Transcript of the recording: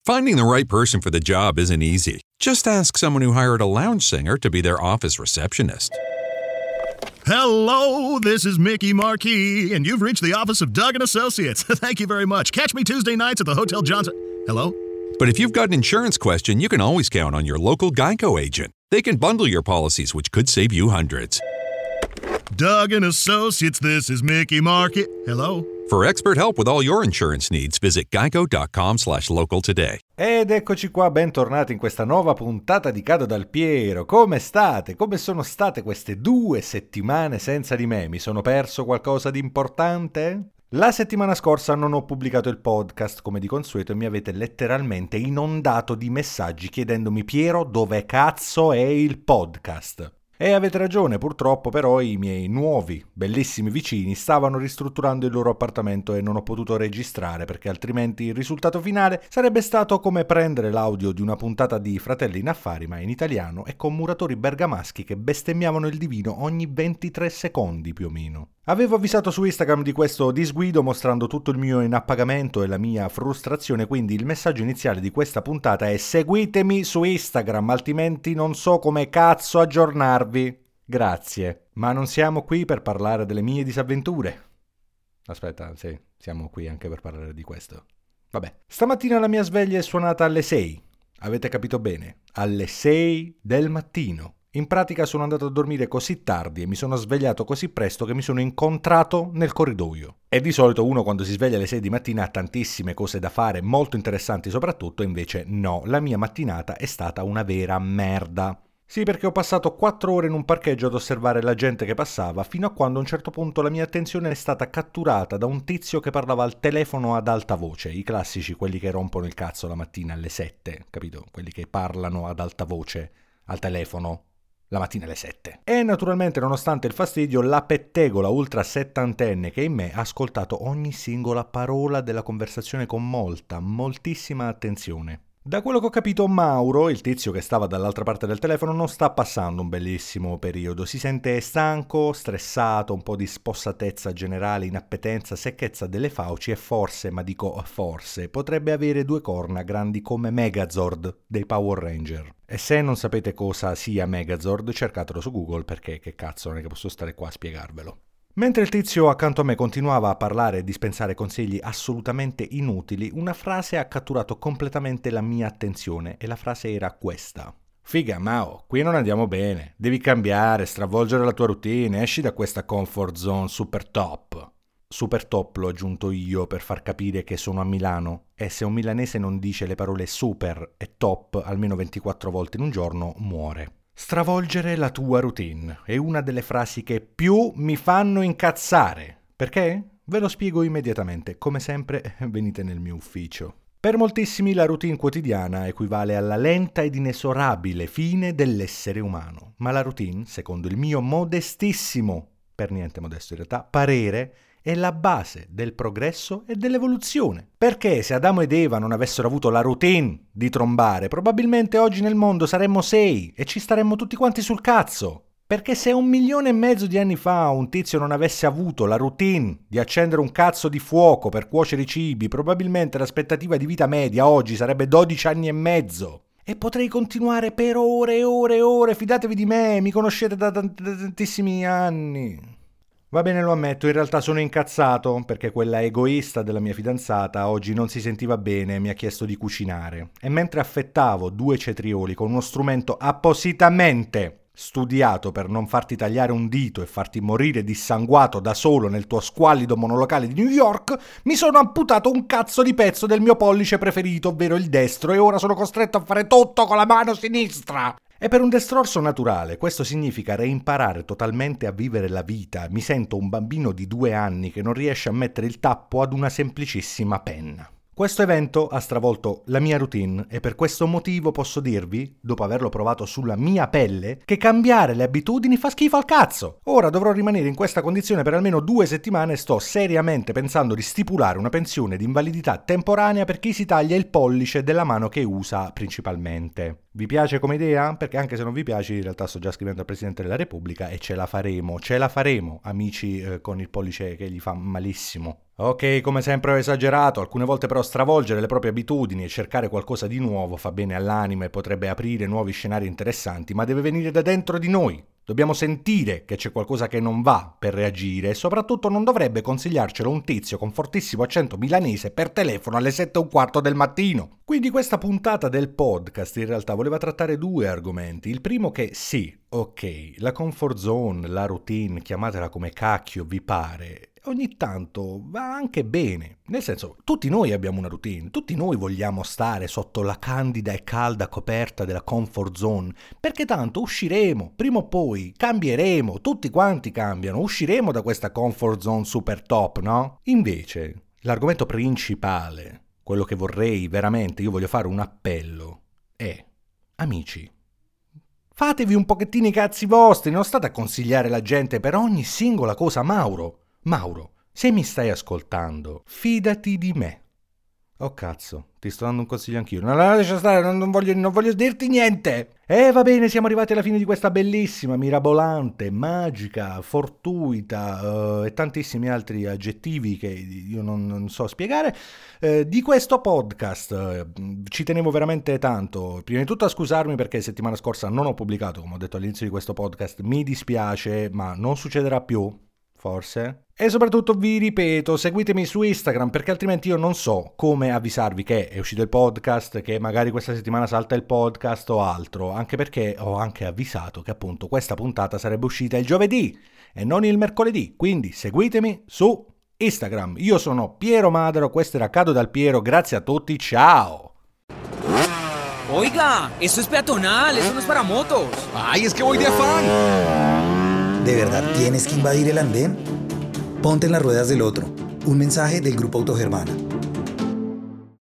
Finding the right person for the job isn't easy. Just ask someone who hired a lounge singer to be their office receptionist. Hello, this is Mickey Marquis, and you've reached the office of Doug & Associates. Thank you very much. Catch me Tuesday nights at the Hotel Johnson. Hello? But if you've got an insurance question, you can always count on your local Geico agent. They can bundle your policies, which could save you hundreds. Doug & Associates, this is Mickey Marquis. Hello? For expert help with all your insurance needs, visit geico.com/local today. Ed eccoci qua, bentornati in questa nuova puntata di Cado dal Piero. Come state? Come sono state queste 2 settimane senza di me? Mi sono perso qualcosa di importante? La settimana scorsa non ho pubblicato il podcast come di consueto e mi avete letteralmente inondato di messaggi chiedendomi: Piero, dove cazzo è il podcast? E avete ragione, purtroppo però i miei nuovi, bellissimi vicini stavano ristrutturando il loro appartamento e non ho potuto registrare perché altrimenti il risultato finale sarebbe stato come prendere l'audio di una puntata di Fratelli in Affari ma in italiano e con muratori bergamaschi che bestemmiavano il divino ogni 23 secondi più o meno. Avevo avvisato su Instagram di questo disguido mostrando tutto il mio inappagamento e la mia frustrazione, quindi il messaggio iniziale di questa puntata è: seguitemi su Instagram, altrimenti non so come cazzo aggiornarvi. Grazie. Ma non siamo qui per parlare delle mie disavventure. Aspetta, sì, siamo qui anche per parlare di questo. Vabbè. Stamattina la mia sveglia è suonata alle 6. Avete capito bene? Alle 6 del mattino. In pratica sono andato a dormire così tardi e mi sono svegliato così presto che mi sono incontrato nel corridoio. E di solito uno quando si sveglia alle 6 di mattina ha tantissime cose da fare, molto interessanti soprattutto, invece no, la mia mattinata è stata una vera merda. Sì, perché ho passato 4 ore in un parcheggio ad osservare la gente che passava, fino a quando a un certo punto la mia attenzione è stata catturata da un tizio che parlava al telefono ad alta voce, i classici, quelli che rompono il cazzo la mattina alle 7, capito? Quelli che parlano ad alta voce al telefono la mattina alle 7. E naturalmente, nonostante il fastidio, la pettegola ultra settantenne che in me ha ascoltato ogni singola parola della conversazione con moltissima attenzione. Da quello che ho capito, Mauro, il tizio che stava dall'altra parte del telefono, non sta passando un bellissimo periodo. Si sente stanco, stressato, un po' di spossatezza generale, inappetenza, secchezza delle fauci e forse, ma dico forse, potrebbe avere 2 corna grandi come Megazord dei Power Ranger. E se non sapete cosa sia Megazord, cercatelo su Google perché che cazzo, non è che posso stare qua a spiegarvelo. Mentre il tizio accanto a me continuava a parlare e dispensare consigli assolutamente inutili, una frase ha catturato completamente la mia attenzione e la frase era questa. Figa, Mao, qui non andiamo bene. Devi cambiare, stravolgere la tua routine, esci da questa comfort zone super top. Super top l'ho aggiunto io per far capire che sono a Milano e se un milanese non dice le parole super e top almeno 24 volte in un giorno, muore. Stravolgere la tua routine è una delle frasi che più mi fanno incazzare. Perché? Ve lo spiego immediatamente. Come sempre, venite nel mio ufficio. Per moltissimi la routine quotidiana equivale alla lenta ed inesorabile fine dell'essere umano. Ma la routine, secondo il mio modestissimo, per niente modesto in realtà, parere, è la base del progresso e dell'evoluzione. Perché se Adamo ed Eva non avessero avuto la routine di trombare, probabilmente oggi nel mondo saremmo 6 e ci staremmo tutti quanti sul cazzo. Perché se 1,5 milioni di anni fa un tizio non avesse avuto la routine di accendere un cazzo di fuoco per cuocere i cibi, probabilmente l'aspettativa di vita media oggi sarebbe 12 anni e mezzo. E potrei continuare per ore e ore e ore, fidatevi di me, mi conoscete da tantissimi anni. Va bene, lo ammetto, in realtà sono incazzato perché quella egoista della mia fidanzata oggi non si sentiva bene e mi ha chiesto di cucinare. E mentre affettavo 2 cetrioli con uno strumento appositamente studiato per non farti tagliare un dito e farti morire dissanguato da solo nel tuo squallido monolocale di New York, mi sono amputato un cazzo di pezzo del mio pollice preferito, ovvero il destro, e ora sono costretto a fare tutto con la mano sinistra. E per un destrorso naturale questo significa reimparare totalmente a vivere la vita. Mi sento un bambino di 2 anni che non riesce a mettere il tappo ad una semplicissima penna. Questo evento ha stravolto la mia routine e per questo motivo posso dirvi, dopo averlo provato sulla mia pelle, che cambiare le abitudini fa schifo al cazzo. Ora dovrò rimanere in questa condizione per almeno 2 settimane e sto seriamente pensando di stipulare una pensione di invalidità temporanea per chi si taglia il pollice della mano che usa principalmente. Vi piace come idea? Perché anche se non vi piace, in realtà sto già scrivendo al Presidente della Repubblica e ce la faremo, amici con il pollice che gli fa malissimo. Ok, come sempre ho esagerato, alcune volte però stravolgere le proprie abitudini e cercare qualcosa di nuovo fa bene all'anima e potrebbe aprire nuovi scenari interessanti, ma deve venire da dentro di noi. Dobbiamo sentire che c'è qualcosa che non va per reagire e soprattutto non dovrebbe consigliarcelo un tizio con fortissimo accento milanese per telefono alle 7:15 del mattino. Quindi questa puntata del podcast in realtà voleva trattare due argomenti. Il primo che sì, ok, la comfort zone, la routine, chiamatela come cacchio vi pare, ogni tanto va anche bene. Nel senso, tutti noi abbiamo una routine, tutti noi vogliamo stare sotto la candida e calda coperta della comfort zone, perché tanto usciremo, prima o poi cambieremo, tutti quanti cambiano, usciremo da questa comfort zone super top, no? Invece, l'argomento principale, quello che vorrei veramente, io voglio fare un appello, è, amici, fatevi un pochettino i cazzi vostri, non state a consigliare la gente per ogni singola cosa. Mauro, se mi stai ascoltando, fidati di me. Oh cazzo, ti sto dando un consiglio anch'io. No, lascia stare, non voglio dirti niente. Va bene, siamo arrivati alla fine di questa bellissima, mirabolante, magica, fortuita e tantissimi altri aggettivi che io non so spiegare. Di questo podcast ci tenevo veramente tanto. Prima di tutto a scusarmi perché settimana scorsa non ho pubblicato, come ho detto all'inizio di questo podcast. Mi dispiace, ma non succederà più. Forse. E soprattutto vi ripeto, seguitemi su Instagram perché altrimenti io non so come avvisarvi che è uscito il podcast, che magari questa settimana salta il podcast o altro, anche perché ho anche avvisato che appunto questa puntata sarebbe uscita il giovedì e non il mercoledì, quindi seguitemi su Instagram. Io sono Piero Madero, questo era Cado dal Piero, grazie a tutti, ciao! Oiga, eso es peatonal, eso no es para motos. Ay, es que voy de afán. ¿De verdad tienes que invadir el andén? Ponte en las ruedas del otro. Un mensaje del Grupo Autogermana.